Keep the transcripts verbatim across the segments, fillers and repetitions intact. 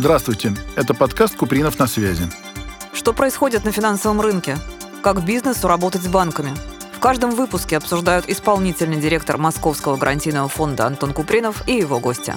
Здравствуйте, это подкаст «Купринов на связи». Что происходит на финансовом рынке? Как бизнесу работать с банками? В каждом выпуске обсуждают исполнительный директор Московского гарантийного фонда Антон Купринов и его гости.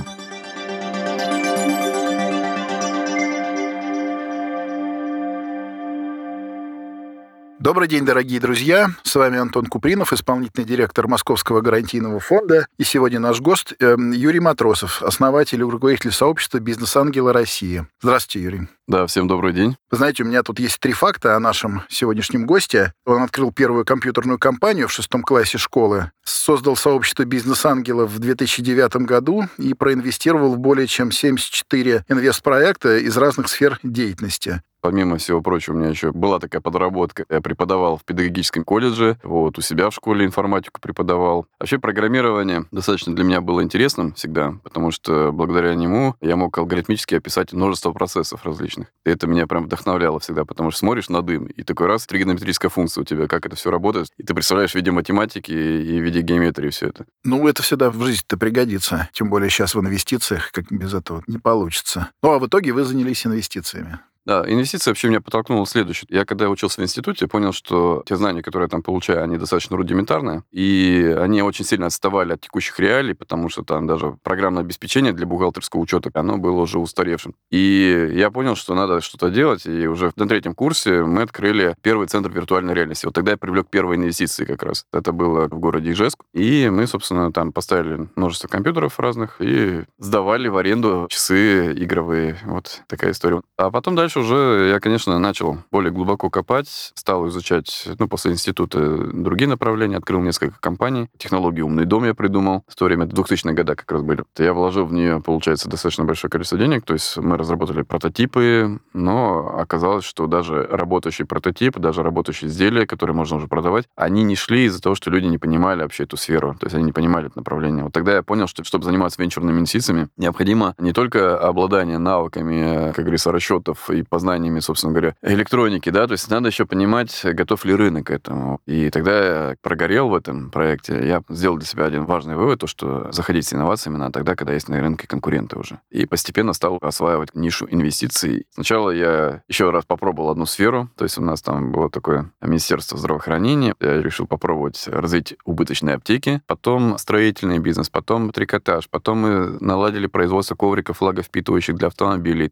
Добрый день, дорогие друзья. С вами Антон Купринов, исполнительный директор Московского гарантийного фонда. И сегодня наш гость э, Юрий Матросов, основатель и руководитель сообщества «Бизнес-ангелы России». Здравствуйте, Юрий. Да, всем добрый день. Вы знаете, у меня тут есть три факта о нашем сегодняшнем госте. Он открыл первую компьютерную компанию в шестом классе школы, создал сообщество «Бизнес-ангелов» в две тысячи девятом году и проинвестировал в более чем семьдесят четыре инвестпроекта из разных сфер деятельности. Помимо всего прочего, у меня еще была такая подработка. Я преподавал в педагогическом колледже, вот, у себя в школе информатику преподавал. Вообще программирование достаточно для меня было интересным всегда, потому что благодаря нему я мог алгоритмически описать множество процессов различных. И это меня прям вдохновляло всегда, потому что смотришь на дым, и такой раз тригонометрическая функция у тебя, как это все работает, и ты представляешь в виде математики и в виде геометрии все это. Ну, это всегда в жизни-то пригодится, тем более сейчас в инвестициях, как без этого не получится. Ну, а в итоге вы занялись инвестициями. Да, инвестиции вообще меня подтолкнуло в следующее. Я когда учился в институте, я понял, что те знания, которые я там получаю, они достаточно рудиментарные, и они очень сильно отставали от текущих реалий, потому что там даже программное обеспечение для бухгалтерского учета, оно было уже устаревшим. И я понял, что надо что-то делать, и уже на третьем курсе мы открыли первый центр виртуальной реальности. Вот тогда я привлек первые инвестиции как раз. Это было в городе Ижевск. И мы, собственно, там поставили множество компьютеров разных и сдавали в аренду часы игровые. Вот такая история. А потом дальше уже я, конечно, начал более глубоко копать, стал изучать, ну, после института другие направления, открыл несколько компаний. Технологию «Умный дом» я придумал. В то время, в двухтысячные годы как раз были. Я вложил в нее, получается, достаточно большое количество денег, то есть мы разработали прототипы, но оказалось, что даже работающий прототип, даже работающие изделия, которые можно уже продавать, они не шли из-за того, что люди не понимали вообще эту сферу, то есть они не понимали это направление. Вот тогда я понял, что чтобы заниматься венчурными инвестициями, необходимо не только обладание навыками, как говорится, расчетов и познаниями, собственно говоря, электроники, да, то есть надо еще понимать, готов ли рынок к этому. И тогда я прогорел в этом проекте. Я сделал для себя один важный вывод, то, что заходить с инновациями надо тогда, когда есть на рынке конкуренты уже. И постепенно стал осваивать нишу инвестиций. Сначала я еще раз попробовал одну сферу, то есть у нас там было такое Министерство здравоохранения. Я решил попробовать развить убыточные аптеки, потом строительный бизнес, потом трикотаж, потом мы наладили производство ковриков влаговпитывающих для автомобилей.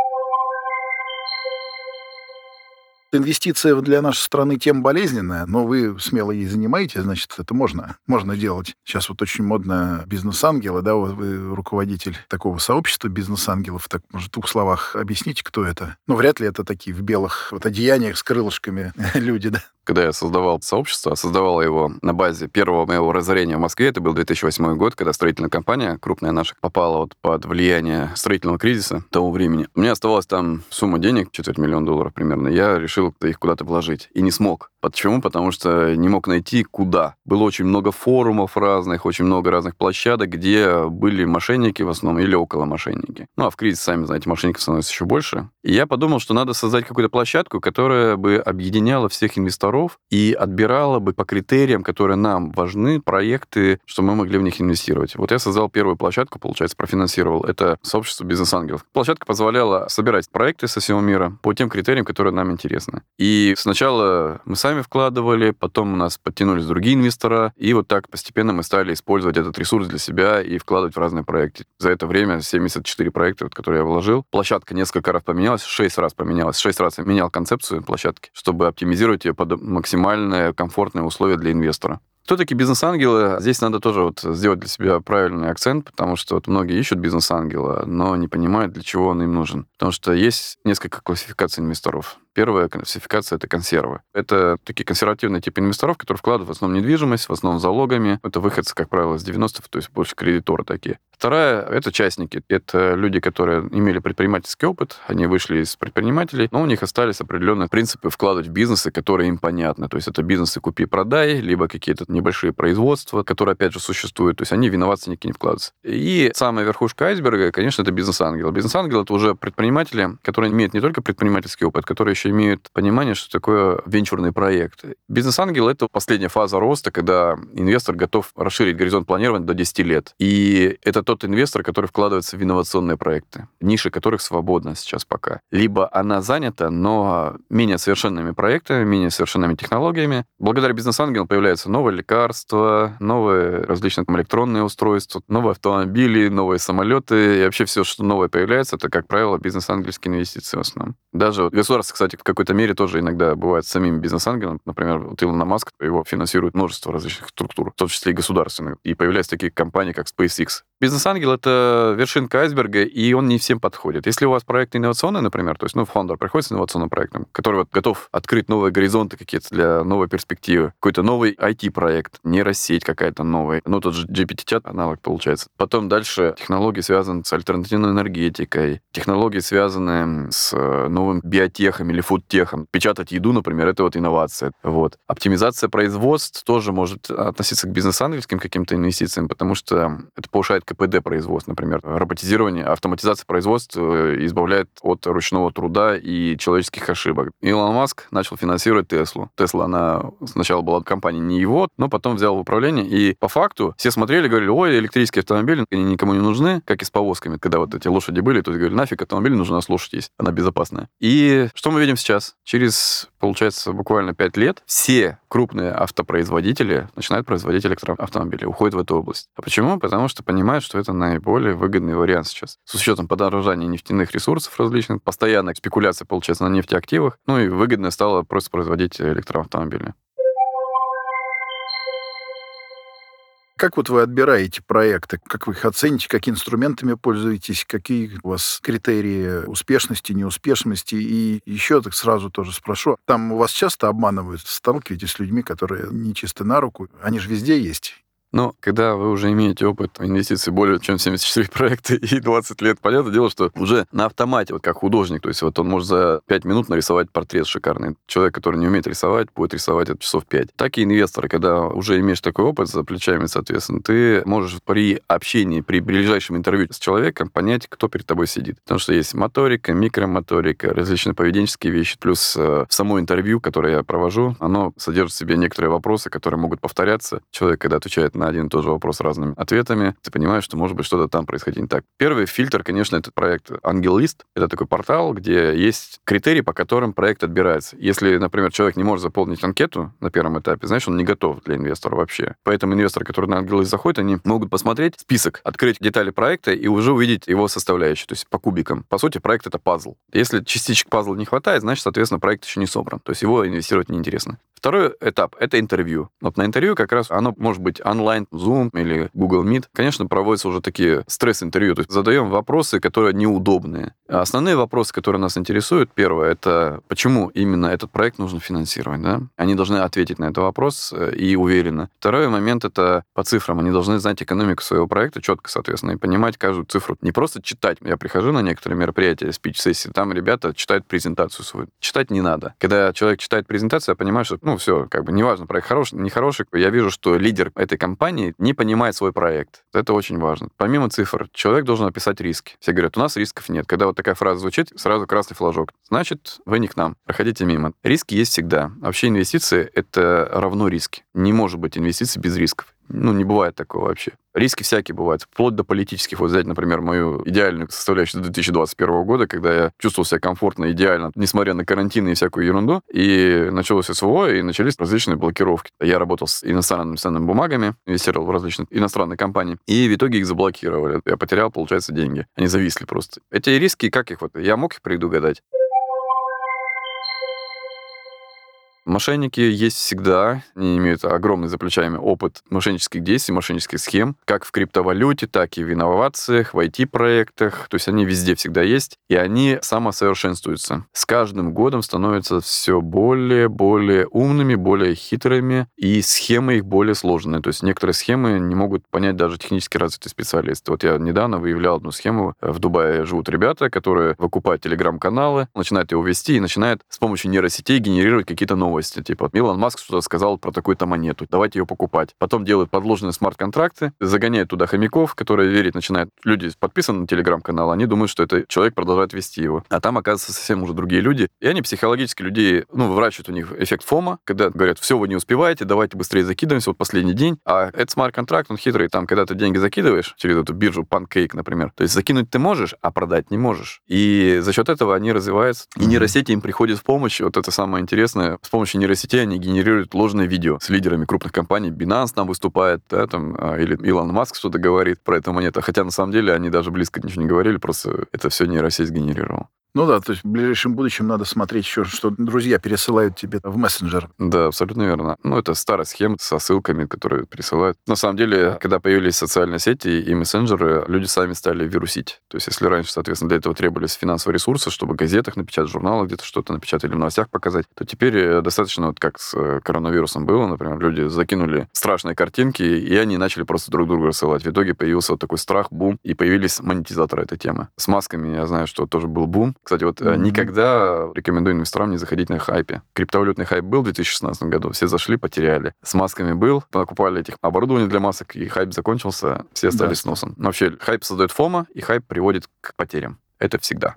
Инвестиция для нашей страны тем болезненная, но вы смело ей занимаетесь, значит, это можно, можно делать. Сейчас вот очень модно бизнес-ангелы, да, вы руководитель такого сообщества бизнес-ангелов, так, может, в двух словах объясните, кто это? Ну, вряд ли это такие в белых вот одеяниях с крылышками люди, да? Когда я создавал сообщество, создавал его на базе первого моего разорения в Москве, это был две тысячи восьмой год, когда строительная компания, крупная наша, попала вот под влияние строительного кризиса того времени. У меня оставалась там сумма денег, четверть миллиона долларов примерно. Я решил их куда-то вложить. И не смог. Почему? Потому что не мог найти куда. Было очень много форумов разных, очень много разных площадок, где были мошенники в основном или около мошенники. Ну, а в кризис, сами знаете, мошенников становится еще больше. И я подумал, что надо создать какую-то площадку, которая бы объединяла всех инвесторов и отбирала бы по критериям, которые нам важны, проекты, чтобы мы могли в них инвестировать. Вот я создал первую площадку, получается, профинансировал. Это сообщество «Бизнес-ангелов». Площадка позволяла собирать проекты со всего мира по тем критериям, которые нам интересны. И сначала мы сами вкладывали, потом у нас подтянулись другие инвестора, и вот так постепенно мы стали использовать этот ресурс для себя и вкладывать в разные проекты. За это время семьдесят четыре проекта, вот, которые я вложил. Площадка несколько раз поменялась, шесть раз поменялась. шесть раз я менял концепцию площадки, чтобы оптимизировать ее под максимально комфортные условия для инвестора. Кто такие бизнес-ангелы? Здесь надо тоже вот сделать для себя правильный акцент, потому что вот многие ищут бизнес-ангела, но не понимают, для чего он им нужен. Потому что есть несколько классификаций инвесторов. Первая классификация — это консервы. Это такие консервативные типы инвесторов, которые вкладывают в основном в недвижимость, в основном залогами. Это выходцы, как правило, с девяностых, то есть больше кредиторы такие. Вторая — это частники. Это люди, которые имели предпринимательский опыт, они вышли из предпринимателей, но у них остались определенные принципы вкладывать в бизнесы, которые им понятны. То есть это бизнесы купи-продай, либо какие-то небольшие производства, которые, опять же, существуют. То есть они в инновации никакие не вкладываются. И самая верхушка айсберга, конечно, это бизнес-ангел. Бизнес-ангел — это уже предприниматели, которые имеют не только предпринимательский опыт, которые еще имеют понимание, что такое венчурные проекты. Бизнес-ангел — это последняя фаза роста, когда инвестор готов расширить горизонт планирования до десяти лет. И это тот инвестор, который вкладывается в инновационные проекты, ниши которых свободна сейчас пока. Либо она занята, но менее совершенными проектами, менее совершенными технологиями. Благодаря бизнес-ангелам появляются новые лекарства, новые различные там, электронные устройства, новые автомобили, новые самолеты. И вообще все, что новое появляется, это, как правило, бизнес-ангельские инвестиции в основном. Даже государство, кстати, в какой-то мере тоже иногда бывает самим бизнес-ангелом. Например, вот Илона Маск, его финансирует множество различных структур, в том числе и государственных. И появляются такие компании, как SpaceX. Бизнес-ангел — это вершинка айсберга, и он не всем подходит. Если у вас проект инновационный, например, то есть, ну, фаундер приходит с инновационным проектом, который вот готов открыть новые горизонты какие-то для новой перспективы, какой-то новый ай ти-проект, нейросеть какая-то новая, ну, тот же джи пи ти-чат аналог получается. Потом дальше технологии связаны с альтернативной энергетикой, технологии связаны с новым биотехом или фудтехом. Печатать еду, например, это вот инновация. Вот. Оптимизация производств тоже может относиться к бизнес-ангельским каким-то инвестициям, потому что это повышает ка пэ дэ производств, например. Роботизирование, автоматизация производств избавляет от ручного труда и человеческих ошибок. Илон Маск начал финансировать Теслу. Тесла, она сначала была компания не его, но потом взял в управление, и по факту все смотрели, говорили: ой, электрические автомобили, они никому не нужны, как и с повозками. Когда вот эти лошади были, то говорили: нафиг автомобиль нужен, у нас лошадь есть, она безопасная. И что мы видим сейчас? Через, получается, буквально пять лет все крупные автопроизводители начинают производить электроавтомобили, уходят в эту область. А почему? Потому что понимают, что это наиболее выгодный вариант сейчас. С учетом подорожания нефтяных ресурсов различных, постоянная спекуляция, получается, на нефтеактивах, ну и выгодно стало просто производить электроавтомобили. Как вот вы отбираете проекты? Как вы их оцените? Какими инструментами пользуетесь? Какие у вас критерии успешности, неуспешности? И еще так сразу тоже спрошу. Там у вас часто обманывают? Сталкиваетесь с людьми, которые не чисты на руку? Они же везде есть. Но когда вы уже имеете опыт инвестиций более чем семьдесят четыре проекта и двадцать лет, понятное дело, что уже на автомате, вот как художник, то есть вот он может за пять минут нарисовать портрет шикарный. Человек, который не умеет рисовать, будет рисовать это часов пять. Так и инвесторы, когда уже имеешь такой опыт за плечами, соответственно, ты можешь при общении, при ближайшем интервью с человеком понять, кто перед тобой сидит. Потому что есть моторика, микромоторика, различные поведенческие вещи. Плюс э, само интервью, которое я провожу, оно содержит в себе некоторые вопросы, которые могут повторяться. Человек, когда отвечает на на один и тот же вопрос разными ответами, ты понимаешь, что, может быть, что-то там происходит не так. Первый фильтр, конечно, это проект AngelList. Это такой портал, где есть критерии, по которым проект отбирается. Если, например, человек не может заполнить анкету на первом этапе, знаешь, он не готов для инвестора вообще. Поэтому инвесторы, которые на AngelList заходят, они могут посмотреть список, открыть детали проекта и уже увидеть его составляющие, то есть по кубикам. По сути, проект — это пазл. Если частичек пазла не хватает, значит, соответственно, проект еще не собран. То есть его инвестировать неинтересно. Второй этап — это интервью. Вот на интервью как раз оно может быть онлайн, Zoom или Google Meet. Конечно, проводятся уже такие стресс-интервью. То есть задаем вопросы, которые неудобные. А основные вопросы, которые нас интересуют, первое — это почему именно этот проект нужно финансировать. Да? Они должны ответить на этот вопрос и уверенно. Второй момент — это по цифрам. Они должны знать экономику своего проекта четко, соответственно, и понимать каждую цифру. Не просто читать. Я прихожу на некоторые мероприятия, спич-сессии, там ребята читают презентацию свою. Читать не надо. Когда человек читает презентацию, я понимаю, что, ну, все, как бы неважно, проект хороший, нехороший. Я вижу, что лидер этой компании не понимает свой проект. Это очень важно. Помимо цифр, человек должен описать риски. Все говорят: у нас рисков нет. Когда вот такая фраза звучит, сразу красный флажок. Значит, вы не к нам. Проходите мимо. Риски есть всегда. Вообще инвестиции — это равно риски. Не может быть инвестиций без рисков. Ну, не бывает такого вообще. Риски всякие бывают, вплоть до политических. Вот взять, например, мою идеальную составляющую две тысячи двадцать первого года, когда я чувствовал себя комфортно, идеально, несмотря на карантин и всякую ерунду, и началось эс вэ о, и начались различные блокировки. Я работал с иностранными ценными бумагами, инвестировал в различные иностранные компании, и в итоге их заблокировали. Я потерял, получается, деньги. Они зависли просто. Эти риски, как их вот? Я мог их предугадать? Мошенники есть всегда, они имеют огромный за плечами опыт мошеннических действий, мошеннических схем, как в криптовалюте, так и в инновациях, в ай ти-проектах, то есть они везде всегда есть, и они самосовершенствуются. С каждым годом становятся все более, более умными, более хитрыми, и схемы их более сложные, то есть некоторые схемы не могут понять даже технически развитые специалисты. Вот я недавно выявлял одну схему, в Дубае живут ребята, которые выкупают телеграм-каналы, начинают его вести и начинают с помощью нейросетей генерировать какие-то новые новости. Типа, Илон Маск что-то сказал про такую-то монету, давайте ее покупать. Потом делают подложенные смарт-контракты, загоняют туда хомяков, которые верить начинают. Люди подписаны на телеграм-канал, они думают, что это человек продолжает вести его. А там, оказывается, совсем уже другие люди. И они психологически людей, ну, выращивают у них эффект фома, когда говорят, все, вы не успеваете, давайте быстрее закидываемся, вот последний день. А этот смарт-контракт, он хитрый. Там, когда ты деньги закидываешь через эту биржу Pancake, например, то есть закинуть ты можешь, а продать не можешь. И за счет этого они развиваются. И нейросети им приходят в помощь. Вот это самое интересное. С помощью нейросетей они генерируют ложные видео с лидерами крупных компаний. Binance там выступает, да, там, или Илон Маск что-то говорит про эту монету. Хотя на самом деле они даже близко ничего не говорили, просто это все нейросеть сгенерировала. Ну да, то есть в ближайшем будущем надо смотреть еще, что друзья пересылают тебе в мессенджер. Да, абсолютно верно. Ну, это старая схема со ссылками, которые пересылают. На самом деле, когда появились социальные сети и мессенджеры, люди сами стали вирусить. То есть, если раньше, соответственно, для этого требовались финансовые ресурсы, чтобы в газетах напечатать, в журналах где-то что-то напечатать или в новостях показать, то теперь достаточно, вот как с коронавирусом было, например, люди закинули страшные картинки, и они начали просто друг другу рассылать. В итоге появился вот такой страх, бум, и появились монетизаторы этой темы. С масками, я знаю, что тоже был бум. Кстати, вот mm-hmm. никогда рекомендую инвесторам не заходить на хайпе. Криптовалютный хайп был в две тысячи шестнадцатом году, все зашли, потеряли. С масками был, покупали этих оборудование для масок, и хайп закончился, все остались с носом. Вообще, хайп создает фома, и хайп приводит к потерям. Это всегда.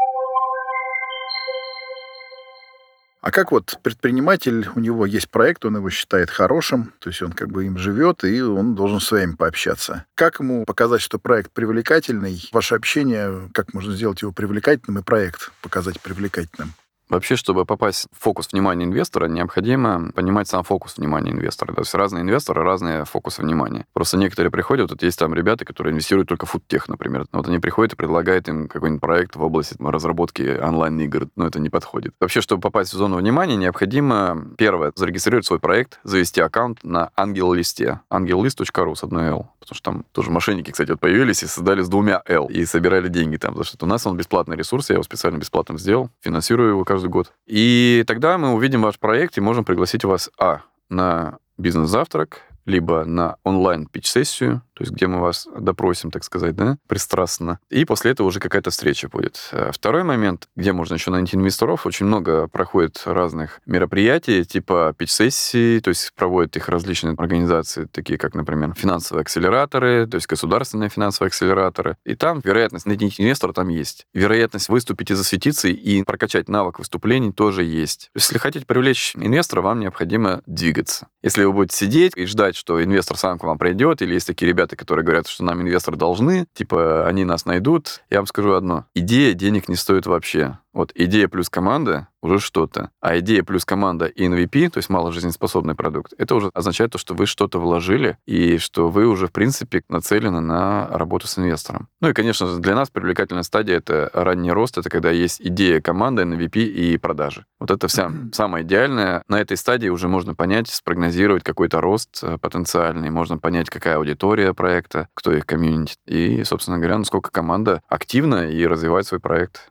А как вот предприниматель, у него есть проект, он его считает хорошим, то есть он как бы им живет, и он должен с вами пообщаться. Как ему показать, что проект привлекательный? Ваше общение, как можно сделать его привлекательным и проект показать привлекательным? Вообще, чтобы попасть в фокус внимания инвестора, необходимо понимать сам фокус внимания инвестора. То есть разные инвесторы, разные фокусы внимания. Просто некоторые приходят, вот есть там ребята, которые инвестируют только в фудтех, например. Вот они приходят и предлагают им какой-нибудь проект в области разработки онлайн-игр. Но это не подходит. Вообще, чтобы попасть в зону внимания, необходимо, первое, зарегистрировать свой проект, завести аккаунт на ангел-листе. ангел-лист точка ру с одной «л». Потому что там тоже мошенники, кстати, вот появились и создали с двумя «л». И собирали деньги там. Потому что у нас он бесплатный ресурс, я его специально бесплатным сделал. Финансирую его каждый год. И тогда мы увидим ваш проект и можем пригласить вас, а, на бизнес-завтрак, либо на онлайн-питч-сессию, то есть где мы вас допросим, так сказать, да, пристрастно. И после этого уже какая-то встреча будет. Второй момент, где можно еще найти инвесторов, очень много проходит разных мероприятий, типа питч-сессий, то есть проводят их различные организации, такие как, например, финансовые акселераторы, то есть государственные финансовые акселераторы. И там вероятность найти инвестора там есть. Вероятность выступить и засветиться и прокачать навык выступлений тоже есть. Если хотите привлечь инвестора, вам необходимо двигаться. Если вы будете сидеть и ждать, что инвестор сам к вам придет, или есть такие ребята, которые говорят, что нам инвесторы должны, типа, они нас найдут, я вам скажу одно. Идея денег не стоит вообще. Вот идея плюс команда уже что-то. А идея плюс команда и эн ви пи, то есть маложизнеспособный продукт, это уже означает то, что вы что-то вложили и что вы уже, в принципе, нацелены на работу с инвестором. Ну и, конечно, для нас привлекательная стадия — это ранний рост, это когда есть идея команды, эн ви пи и продажи. Вот это вся самое идеальное. На этой стадии уже можно понять, спрогнозировать какой-то рост потенциальный, можно понять, какая аудитория проекта, кто их комьюнити, и, собственно говоря, насколько команда активна и развивает свой проект.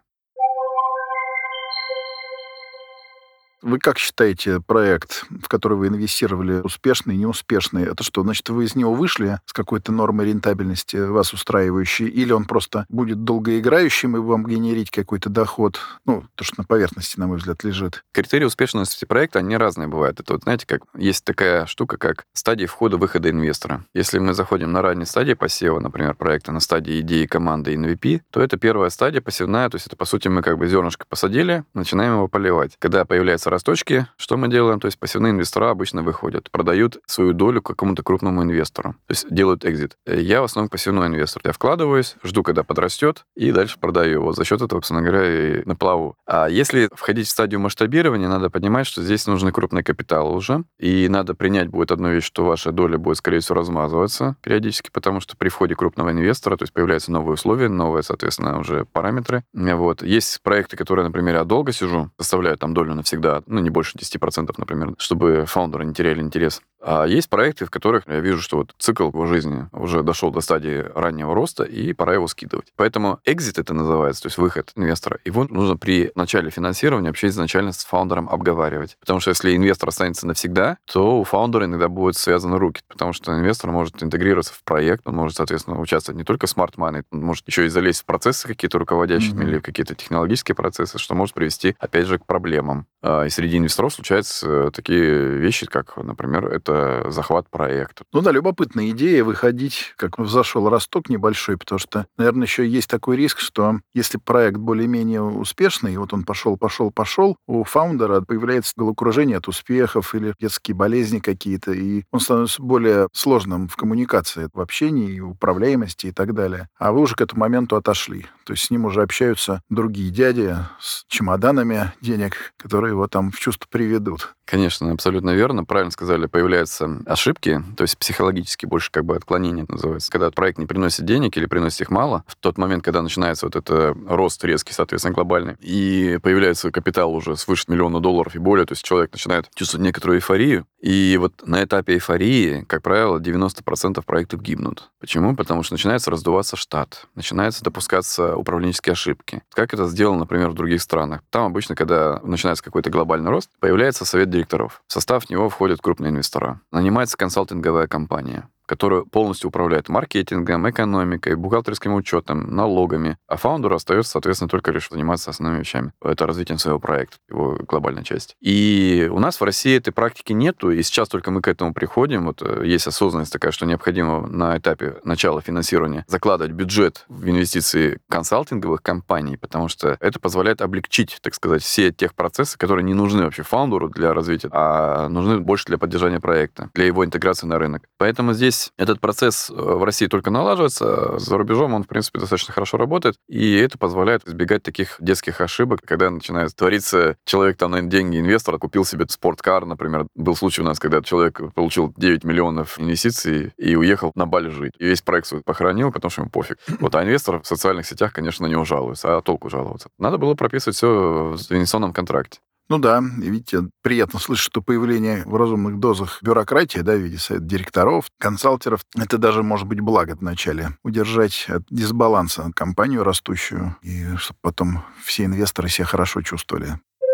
Вы как считаете, проект, в который вы инвестировали, успешный, неуспешный? Это что, значит, вы из него вышли с какой-то нормой рентабельности, вас устраивающей, или он просто будет долгоиграющим и вам генерить какой-то доход? Ну, то, что на поверхности, на мой взгляд, лежит. Критерии успешности проекта, они разные бывают. Это вот, знаете, как есть такая штука, как стадии входа-выхода инвестора. Если мы заходим на ранней стадии посева, например, проекта, на стадии идеи, команды и эн ви пи, то это первая стадия посевная, то есть это, по сути, мы как бы зернышко посадили, начинаем его поливать. Когда появляются росточки, что мы делаем? То есть пассивные инвестора обычно выходят, продают свою долю какому-то крупному инвестору. То есть делают экзит. Я в основном пассивной инвестор. Я вкладываюсь, жду, когда подрастет, и дальше продаю его. За счет этого, собственно говоря, и на плаву. А если входить в стадию масштабирования, надо понимать, что здесь нужны крупные капиталы уже, и надо принять будет одну вещь, что ваша доля будет, скорее всего, размазываться периодически, потому что при входе крупного инвестора, то есть появляются новые условия, новые, соответственно, уже параметры. Вот. Есть проекты, которые, например, я долго сижу, составляют там долю навсегда, ну, не больше десять процентов, например, чтобы фаундеры не теряли интерес. А есть проекты, в которых я вижу, что вот цикл его жизни уже дошел до стадии раннего роста, и пора его скидывать. Поэтому экзит это называется, то есть выход инвестора. Его нужно при начале финансирования вообще изначально с фаундером обговаривать. Потому что если инвестор останется навсегда, то у фаундера иногда будут связаны руки, потому что инвестор может интегрироваться в проект, он может, соответственно, участвовать не только в smart money, он может еще и залезть в процессы какие-то руководящие mm-hmm. или в какие-то технологические процессы, что может привести, опять же, к проблемам. И среди инвесторов случаются такие вещи, как, например, это захват проекта. Ну да, любопытная идея выходить, как взошел росток небольшой, потому что, наверное, еще есть такой риск, что если проект более-менее успешный, и вот он пошел, пошел, пошел, у фаундера появляется головокружение от успехов или детские болезни какие-то, и он становится более сложным в коммуникации, в общении, управляемости и так далее. А вы уже к этому моменту отошли. То есть с ним уже общаются другие дяди с чемоданами денег, которые его там в чувство приведут. Конечно, абсолютно верно. Правильно сказали, появляются ошибки, то есть психологически больше как бы отклонения это называется. Когда проект не приносит денег или приносит их мало, в тот момент, когда начинается вот это рост резкий, соответственно, глобальный, и появляется капитал уже свыше миллиона долларов и более, то есть человек начинает чувствовать некоторую эйфорию, и вот на этапе эйфории, как правило, девяносто процентов проектов гибнут. Почему? Потому что начинается раздуваться штат, начинается допускаться управленческие ошибки. Как это сделано, например, в других странах? Там обычно, когда начинается какой-то глобальный рост, появляется совет директоров. В состав него входят крупные инвестора. Нанимается консалтинговая компания, которая полностью управляет маркетингом, экономикой, бухгалтерским учетом, налогами. А фаундеру остается, соответственно, только лишь заниматься основными вещами. Это развитием своего проекта, его глобальной части. И у нас в России этой практики нету, и сейчас только мы к этому приходим. Вот есть осознанность такая, что необходимо на этапе начала финансирования закладывать бюджет в инвестиции консалтинговых компаний, потому что это позволяет облегчить, так сказать, все тех процессы, которые не нужны вообще фаундеру для развития, а нужны больше для поддержания проекта, для его интеграции на рынок. Поэтому здесь этот процесс в России только налаживается, за рубежом он, в принципе, достаточно хорошо работает, и это позволяет избегать таких детских ошибок, когда начинает твориться, человек там на деньги инвестора купил себе спорткар, например. Был случай у нас, когда человек получил девять миллионов инвестиций и уехал на Бали жить. И весь проект свой похоронил, потому что ему пофиг. Вот, а инвестор в социальных сетях, конечно, на него жалуется, а толку жаловаться. Надо было прописывать все в инвестиционном контракте. Ну да, и видите, приятно слышать, что появление в разумных дозах бюрократии, да, в виде совета директоров, консалтеров, это даже может быть благо вначале. Удержать от дисбаланса компанию растущую, и чтобы потом все инвесторы себя хорошо чувствовали.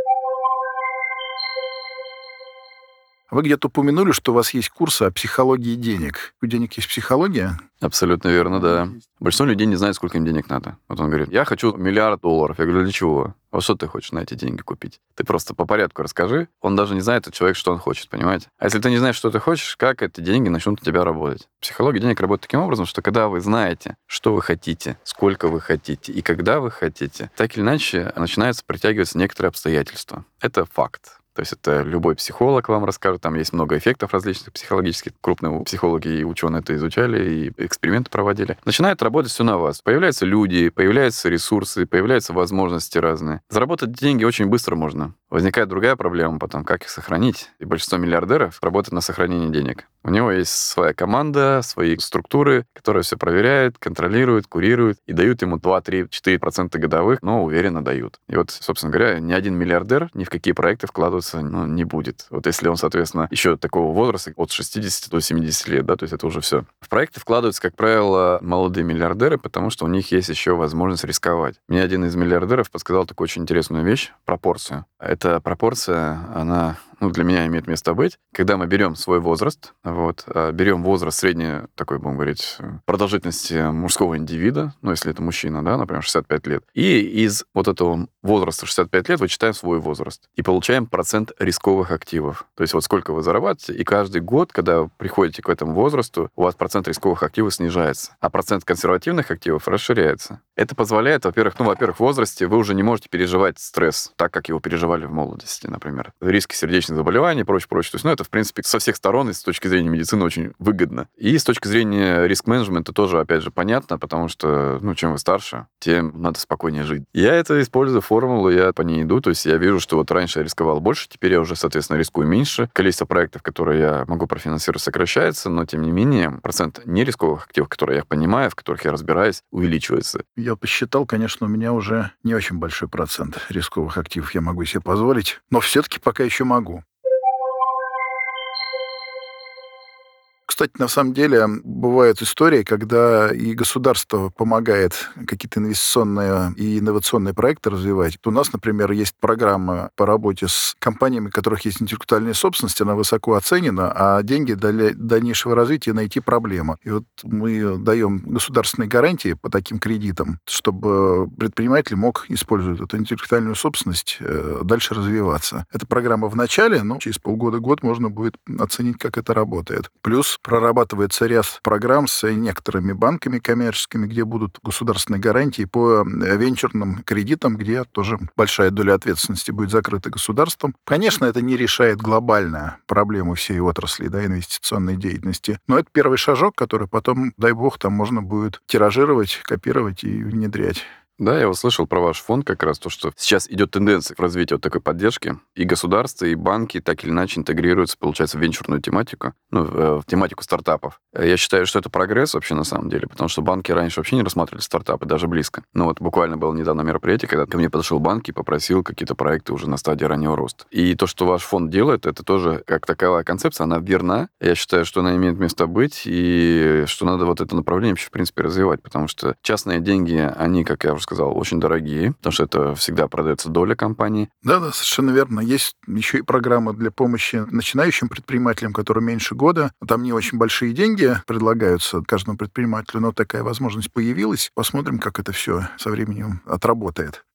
Вы где-то упомянули, что у вас есть курсы о психологии денег. У денег есть психология? Абсолютно верно, да. Большинство людей не знает, сколько им денег надо. Вот он говорит, я хочу миллиард долларов. Я говорю, для чего? Вот что ты хочешь на эти деньги купить? Ты просто по порядку расскажи. Он даже не знает, этот человек, что он хочет, понимаете? А если ты не знаешь, что ты хочешь, как эти деньги начнут у тебя работать? Психология денег работает таким образом, что когда вы знаете, что вы хотите, сколько вы хотите и когда вы хотите, так или иначе начинаются притягиваться некоторые обстоятельства. Это факт. То есть это любой психолог вам расскажет, там есть много эффектов различных психологических. Крупные психологи и ученые это изучали, и эксперименты проводили. Начинает работать все на вас. Появляются люди, появляются ресурсы, появляются возможности разные. Заработать деньги очень быстро можно. Возникает другая проблема потом, как их сохранить. И большинство миллиардеров работает на сохранении денег. У него есть своя команда, свои структуры, которые все проверяют, контролируют, курируют и дают ему два, три, четыре процента годовых, но уверенно дают. И вот, собственно говоря, ни один миллиардер ни в какие проекты вкладываться ну, не будет. Вот если он, соответственно, еще такого возраста, от шестидесяти до семидесяти лет, да, то есть это уже все. В проекты вкладываются, как правило, молодые миллиардеры, потому что у них есть еще возможность рисковать. Мне один из миллиардеров подсказал такую очень интересную вещь, пропорцию. Эта пропорция, она... ну, для меня имеет место быть, когда мы берем свой возраст, вот, берем возраст средней, такой, будем говорить, продолжительности мужского индивида, ну, если это мужчина, да, например, шестьдесят пять лет, и из вот этого возраста шестьдесят пять лет вычитаем свой возраст и получаем процент рисковых активов. То есть вот сколько вы зарабатываете, и каждый год, когда вы приходите к этому возрасту, у вас процент рисковых активов снижается, а процент консервативных активов расширяется. Это позволяет, во-первых, ну, во-первых, в возрасте вы уже не можете переживать стресс так, как его переживали в молодости, например. Риски сердечных заболеваний и прочее, прочее. То есть, ну, это, в принципе, со всех сторон и с точки зрения медицины очень выгодно. И с точки зрения риск-менеджмента тоже, опять же, понятно, потому что, ну, чем вы старше, тем надо спокойнее жить. Я это использую формулу, я по ней иду, то есть я вижу, что вот раньше я рисковал больше, теперь я уже, соответственно, рискую меньше. Количество проектов, которые я могу профинансировать, сокращается, но, тем не менее, процент нерисковых активов, которые я понимаю, в которых я разбираюсь, увеличивается. Я посчитал, конечно, у меня уже не очень большой процент рисковых активов я могу себе позволить, но все-таки пока еще могу. Кстати, на самом деле бывают истории, когда и государство помогает какие-то инвестиционные и инновационные проекты развивать. У нас, например, есть программа по работе с компаниями, у которых есть интеллектуальная собственность, она высоко оценена, а деньги для дальнейшего развития найти проблема. И вот мы даем государственные гарантии по таким кредитам, чтобы предприниматель мог использовать эту интеллектуальную собственность дальше развиваться. Эта программа в начале, но через полгода-год можно будет оценить, как это работает. Плюс прорабатывается ряд программ с некоторыми банками коммерческими, где будут государственные гарантии по венчурным кредитам, где тоже большая доля ответственности будет закрыта государством. Конечно, это не решает глобально проблему всей отрасли, да, инвестиционной деятельности, но это первый шажок, который потом, дай бог, там можно будет тиражировать, копировать и внедрять. Да, я услышал про ваш фонд как раз то, что сейчас идет тенденция в развитии вот такой поддержки. И государство, и банки так или иначе интегрируются, получается, в венчурную тематику, ну, в тематику стартапов. Я считаю, что это прогресс вообще на самом деле, потому что банки раньше вообще не рассматривали стартапы, даже близко. Ну вот буквально было недавно мероприятие, когда ко мне подошел банк и попросил какие-то проекты уже на стадии раннего роста. И то, что ваш фонд делает, это тоже как таковая концепция, она верна. Я считаю, что она имеет место быть, и что надо вот это направление вообще, в принципе, развивать, потому что частные деньги, они, как я уже сказал, очень дорогие, потому что это всегда продается доля компании. Да-да, совершенно верно. Есть еще и программа для помощи начинающим предпринимателям, которые меньше года. Там не очень большие деньги предлагаются каждому предпринимателю, но такая возможность появилась. Посмотрим, как это все со временем отработает.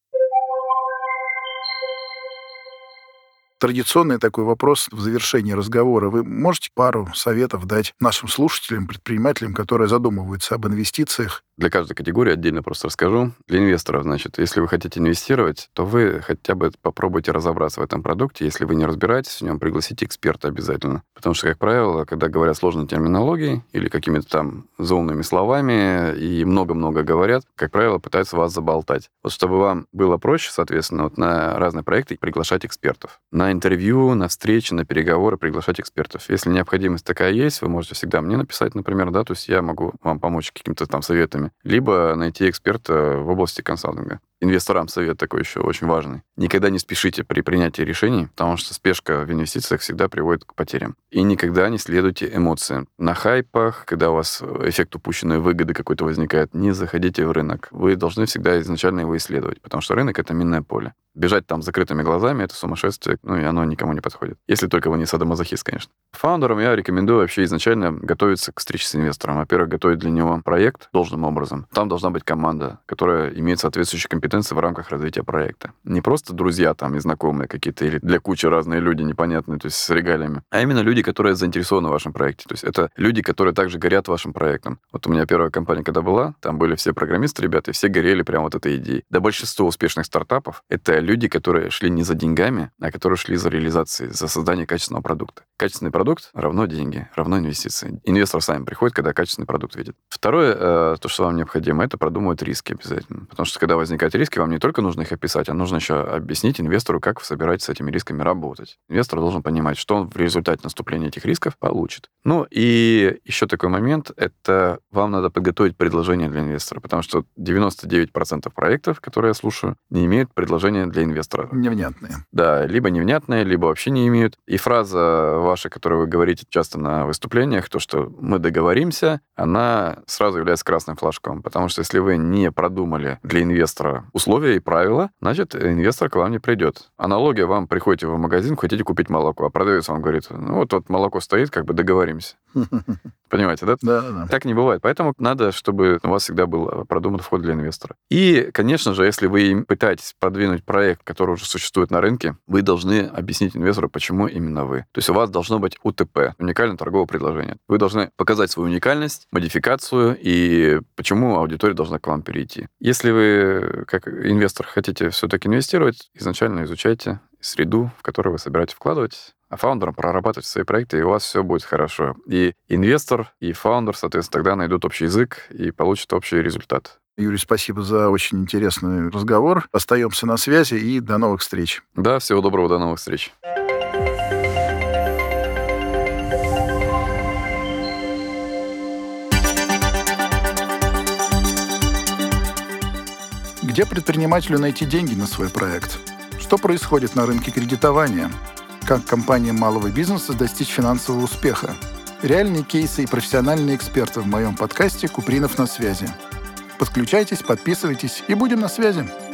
Традиционный такой вопрос в завершении разговора. Вы можете пару советов дать нашим слушателям, предпринимателям, которые задумываются об инвестициях? Для каждой категории отдельно просто расскажу. Для инвесторов, значит, если вы хотите инвестировать, то вы хотя бы попробуйте разобраться в этом продукте. Если вы не разбираетесь в нем, пригласите эксперта обязательно. Потому что, как правило, когда говорят сложной терминологией или какими-то там заумными словами и много-много говорят, как правило, пытаются вас заболтать. Вот чтобы вам было проще, соответственно, вот на разные проекты приглашать экспертов. На интервью, на встречи, на переговоры приглашать экспертов. Если необходимость такая есть, вы можете всегда мне написать, например, да, то есть я могу вам помочь какими-то там советами, либо найти эксперта в области консалтинга. Инвесторам совет такой еще очень важный. Никогда не спешите при принятии решений, потому что спешка в инвестициях всегда приводит к потерям. И никогда не следуйте эмоциям. На хайпах, когда у вас эффект упущенной выгоды какой-то возникает, не заходите в рынок. Вы должны всегда изначально его исследовать, потому что рынок — это минное поле. Бежать там с закрытыми глазами — это сумасшествие, ну и оно никому не подходит. Если только вы не садомазохист, конечно. Фаундерам я рекомендую вообще изначально готовиться к встрече с инвестором. Во-первых, готовить для него проект должным образом. Там должна быть команда, которая имеет соответствующие компетенции в рамках развития проекта. Не просто друзья там и знакомые какие-то, или для кучи разные люди непонятные, то есть с регалиями, а именно люди, которые заинтересованы в вашем проекте. То есть это люди, которые также горят вашим проектом. Вот у меня первая компания, когда была, там были все программисты, ребята, и все горели прямо вот этой идеей. Да большинство успешных стартапов — это люди, которые шли не за деньгами, а которые шли за реализацией, за создание качественного продукта. Качественный продукт равно деньги, равно инвестиции. Инвестор сами приходит, когда качественный продукт видит. Второе, э, то, что вам необходимо, это продумывать риски обязательно. Потому что когда возникают риски, вам не только нужно их описать, а нужно еще объяснить инвестору, как вы собираетесь с этими рисками работать. Инвестор должен понимать, что он в результате наступления этих рисков получит. Ну и еще такой момент, это вам надо подготовить предложение для инвестора, потому что девяносто девять процентов проектов, которые я слушаю, не имеют предложения для инвестора. Невнятные. Да, либо невнятные, либо вообще не имеют. И фраза ваша, которую вы говорите часто на выступлениях, то, что мы договоримся, она сразу является красным флажком, потому что если вы не продумали для инвестора условия и правила, значит, инвестор к вам не придет. Аналогия: вам приходите в магазин, хотите купить молоко, а продавец вам говорит: ну вот, вот молоко стоит, как бы договоримся. Понимаете, да? Да, да. Так не бывает. Поэтому надо, чтобы у вас всегда был продуман вход для инвестора. И, конечно же, если вы пытаетесь продвинуть проект, который уже существует на рынке, вы должны объяснить инвестору, почему именно вы. То есть у вас должно быть У Т П, уникальное торговое предложение. Вы должны показать свою уникальность, модификацию и почему аудитория должна к вам перейти. Если вы, как инвестор, хотите все-таки инвестировать, изначально изучайте среду, в которую вы собираетесь вкладывать, а фаундерам прорабатывать свои проекты, и у вас все будет хорошо. И инвестор, и фаундер, соответственно, тогда найдут общий язык и получат общий результат. Юрий, спасибо за очень интересный разговор. Остаемся на связи и до новых встреч. Да, всего доброго, до новых встреч. Где предпринимателю найти деньги на свой проект? Что происходит на рынке кредитования? Как компаниям малого бизнеса достичь финансового успеха? реальные кейсы и профессиональные эксперты в моем подкасте «Купринов на связи». Подключайтесь, подписывайтесь и будем на связи.